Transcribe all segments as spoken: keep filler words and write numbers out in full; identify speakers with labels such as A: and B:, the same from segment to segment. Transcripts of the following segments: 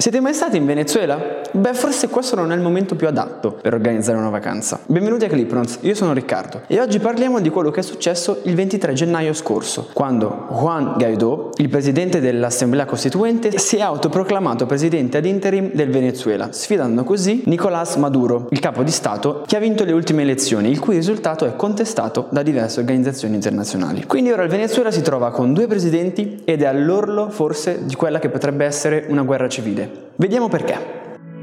A: Siete mai stati in Venezuela? Beh, forse questo non è il momento più adatto per organizzare una vacanza. Benvenuti a Clipnotes, io sono Riccardo e oggi parliamo di quello che è successo il ventitré gennaio scorso, quando Juan Guaidó, il presidente dell'Assemblea Costituente, si è autoproclamato presidente ad interim del Venezuela, sfidando così Nicolás Maduro, il capo di Stato che ha vinto le ultime elezioni, il cui risultato è contestato da diverse organizzazioni internazionali. Quindi ora il Venezuela si trova con due presidenti ed è all'orlo forse di quella che potrebbe essere una guerra civile. Vediamo perché.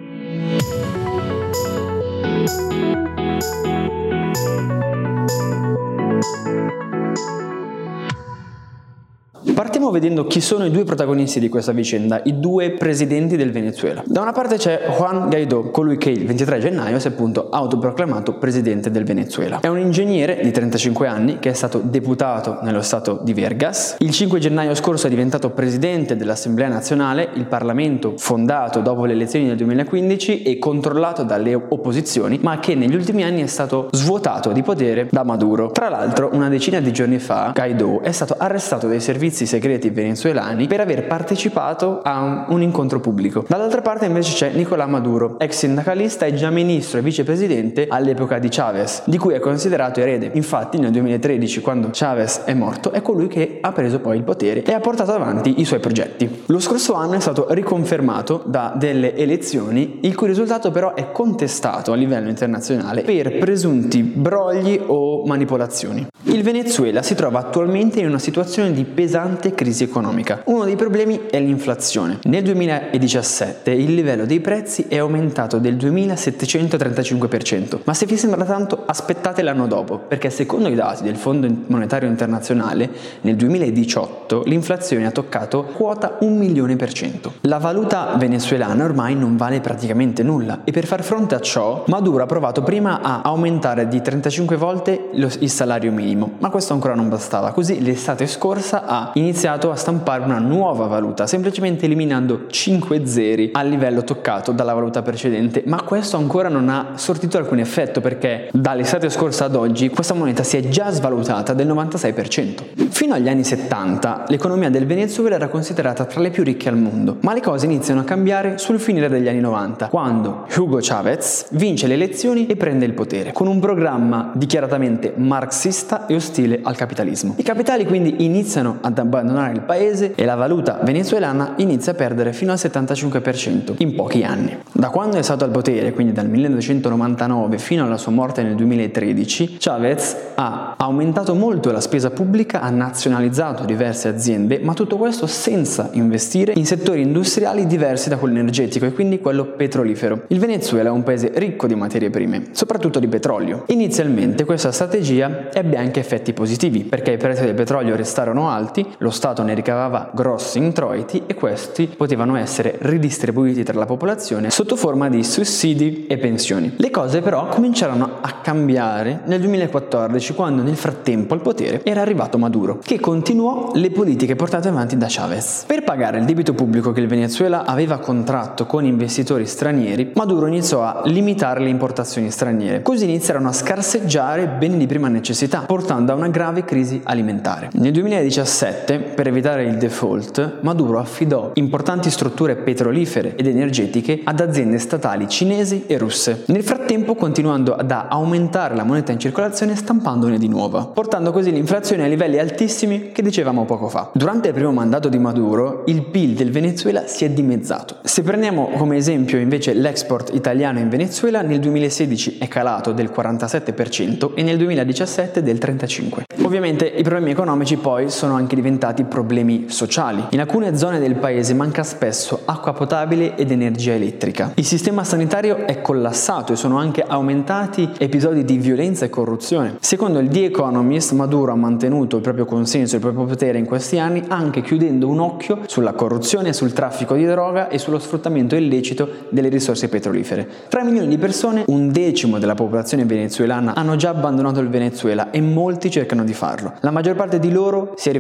A: Partiamo vedendo chi sono i due protagonisti di questa vicenda, i due presidenti del Venezuela. Da una parte c'è Juan Guaidó, colui che il ventitré gennaio si è appunto autoproclamato presidente del Venezuela. È un ingegnere di trentacinque anni che è stato deputato nello stato di Vergas. Il cinque gennaio scorso è diventato presidente dell'Assemblea Nazionale, il Parlamento fondato dopo le elezioni del duemilaquindici e controllato dalle opposizioni, ma che negli ultimi anni è stato svuotato di potere da Maduro. Tra l'altro, una decina di giorni fa, Guaidó è stato arrestato dai servizi segreti venezuelani per aver partecipato a un, un incontro pubblico. Dall'altra parte invece c'è Nicolás Maduro, ex sindacalista e già ministro e vicepresidente all'epoca di Chávez, di cui è considerato erede. Infatti nel duemilatredici, quando Chávez è morto, è colui che ha preso poi il potere e ha portato avanti i suoi progetti. Lo scorso anno è stato riconfermato da delle elezioni, il cui risultato però è contestato a livello internazionale per presunti brogli o manipolazioni. Il Venezuela si trova attualmente in una situazione di pesante crisi economica. Uno dei problemi è l'inflazione. Nel duemiladiciassette il livello dei prezzi è aumentato del duemilasettecentotrentacinque per cento, ma se vi sembra tanto aspettate l'anno dopo, perché secondo i dati del Fondo Monetario Internazionale nel duemiladiciotto l'inflazione ha toccato quota un milione per cento. La valuta venezuelana ormai non vale praticamente nulla e per far fronte a ciò Maduro ha provato prima a aumentare di trentacinque volte lo, il salario minimo, ma questo ancora non bastava, così l'estate scorsa ha iniziato a stampare una nuova valuta, semplicemente eliminando cinque zeri al livello toccato dalla valuta precedente, ma questo ancora non ha sortito alcun effetto perché dall'estate scorsa ad oggi questa moneta si è già svalutata del novantasei per cento. Fino agli anni settanta l'economia del Venezuela era considerata tra le più ricche al mondo, ma le cose iniziano a cambiare sul finire degli anni novanta, quando Hugo Chávez vince le elezioni e prende il potere, con un programma dichiaratamente marxista e ostile al capitalismo. I capitali quindi iniziano ad abbandonare il paese e la valuta venezuelana inizia a perdere fino al settantacinque per cento in pochi anni. Da quando è stato al potere, quindi dal millenovecentonovantanove fino alla sua morte nel duemilatredici, Chávez ha aumentato molto la spesa pubblica, ha nazionalizzato diverse aziende, ma tutto questo senza investire in settori industriali diversi da quello energetico e quindi quello petrolifero. Il Venezuela è un paese ricco di materie prime, soprattutto di petrolio. Inizialmente questa strategia ebbe anche effetti positivi, perché i prezzi del petrolio restarono alti, lo Stato ne ricavava grossi introiti e questi potevano essere ridistribuiti tra la popolazione sotto forma di sussidi e pensioni. Le cose però cominciarono a cambiare nel duemilaquattordici, quando nel frattempo al potere era arrivato Maduro, che continuò le politiche portate avanti da Chávez. Per pagare il debito pubblico che il Venezuela aveva contratto con investitori stranieri, Maduro iniziò a limitare le importazioni straniere. Così iniziarono a scarseggiare beni di prima necessità, portando a una grave crisi alimentare. Nel duemiladiciassette, per evitare il default, Maduro affidò importanti strutture petrolifere ed energetiche ad aziende statali cinesi e russe, nel frattempo continuando ad aumentare la moneta in circolazione stampandone di nuova, portando così l'inflazione a livelli altissimi che dicevamo poco fa. Durante il primo mandato di Maduro, il P I L del Venezuela si è dimezzato. Se prendiamo come esempio invece l'export italiano in Venezuela, nel duemilasedici è calato del quarantasette per cento e nel duemiladiciassette del trentacinque per cento. Ovviamente i problemi economici poi sono anche diventati problemi sociali. In alcune zone del paese manca spesso acqua potabile ed energia elettrica. Il sistema sanitario è collassato e sono anche aumentati episodi di violenza e corruzione. Secondo il The Economist, Maduro ha mantenuto il proprio consenso e il proprio potere in questi anni, anche chiudendo un occhio sulla corruzione, sul traffico di droga e sullo sfruttamento illecito delle risorse petrolifere. tre milioni di persone, un decimo della popolazione venezuelana, hanno già abbandonato il Venezuela e molti cercano di farlo. La maggior parte di loro si è riversata in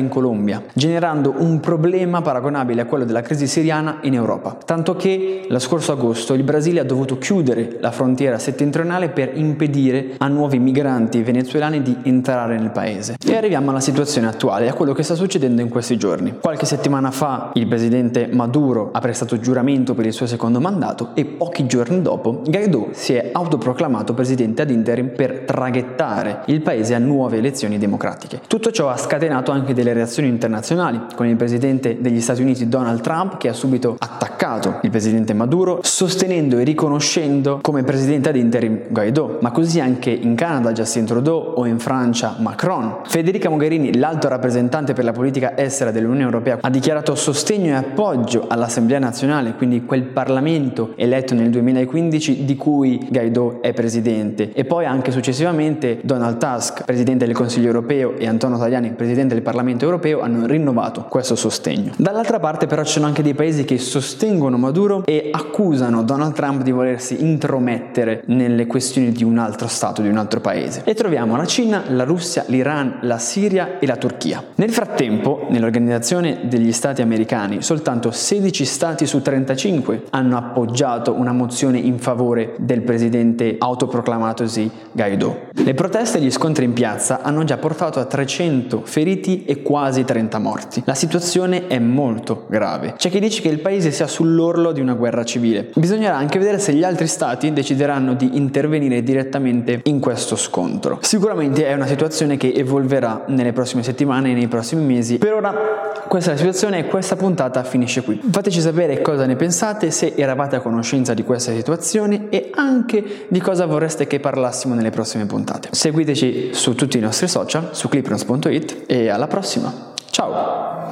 A: in Colombia, generando un problema paragonabile a quello della crisi siriana in Europa. Tanto che lo scorso agosto il Brasile ha dovuto chiudere la frontiera settentrionale per impedire a nuovi migranti venezuelani di entrare nel paese. E arriviamo alla situazione attuale, a quello che sta succedendo in questi giorni. Qualche settimana fa il presidente Maduro ha prestato giuramento per il suo secondo mandato e pochi giorni dopo Guaidó si è autoproclamato presidente ad interim per traghettare il paese a nuove elezioni democratiche. Tutto ciò ha scatenato anche delle reazioni internazionali, con il presidente degli Stati Uniti Donald Trump che ha subito attaccato il presidente Maduro, sostenendo e riconoscendo come presidente ad interim Guaidó, ma così anche in Canada Justin Trudeau o in Francia Macron. Federica Mogherini, l'alto rappresentante per la politica estera dell'Unione Europea, ha dichiarato sostegno e appoggio all'Assemblea nazionale, quindi quel Parlamento eletto nel duemilaquindici di cui Guaidó è presidente, e poi anche successivamente Donald Tusk, presidente del Consiglio europeo, e Antonio Tajani, presidente del Parlamento europeo, hanno rinnovato questo sostegno. Dall'altra parte però ci sono anche dei paesi che sostengono Maduro e accusano Donald Trump di volersi intromettere nelle questioni di un altro stato, di un altro paese. E troviamo la Cina, la Russia, l'Iran, la Siria e la Turchia. Nel frattempo, nell'Organizzazione degli Stati Americani, soltanto sedici stati su trentacinque hanno appoggiato una mozione in favore del presidente autoproclamatosi Guaidó. Le proteste e gli scontri in piazza hanno già portato a trecento feriti e quasi trenta morti. La situazione è molto grave. C'è chi dice che il paese sia sull'orlo di una guerra civile. Bisognerà anche vedere se gli altri stati decideranno di intervenire direttamente in questo scontro. Sicuramente è una situazione che evolverà nelle prossime settimane e nei prossimi mesi. Per ora questa è la situazione e questa puntata finisce qui. Fateci sapere cosa ne pensate, se eravate a conoscenza di questa situazione e anche di cosa vorreste che parlassimo nelle prossime puntate. Seguiteci su tutti i nostri social, su clipnotes punto it e alla prossima. Ciao!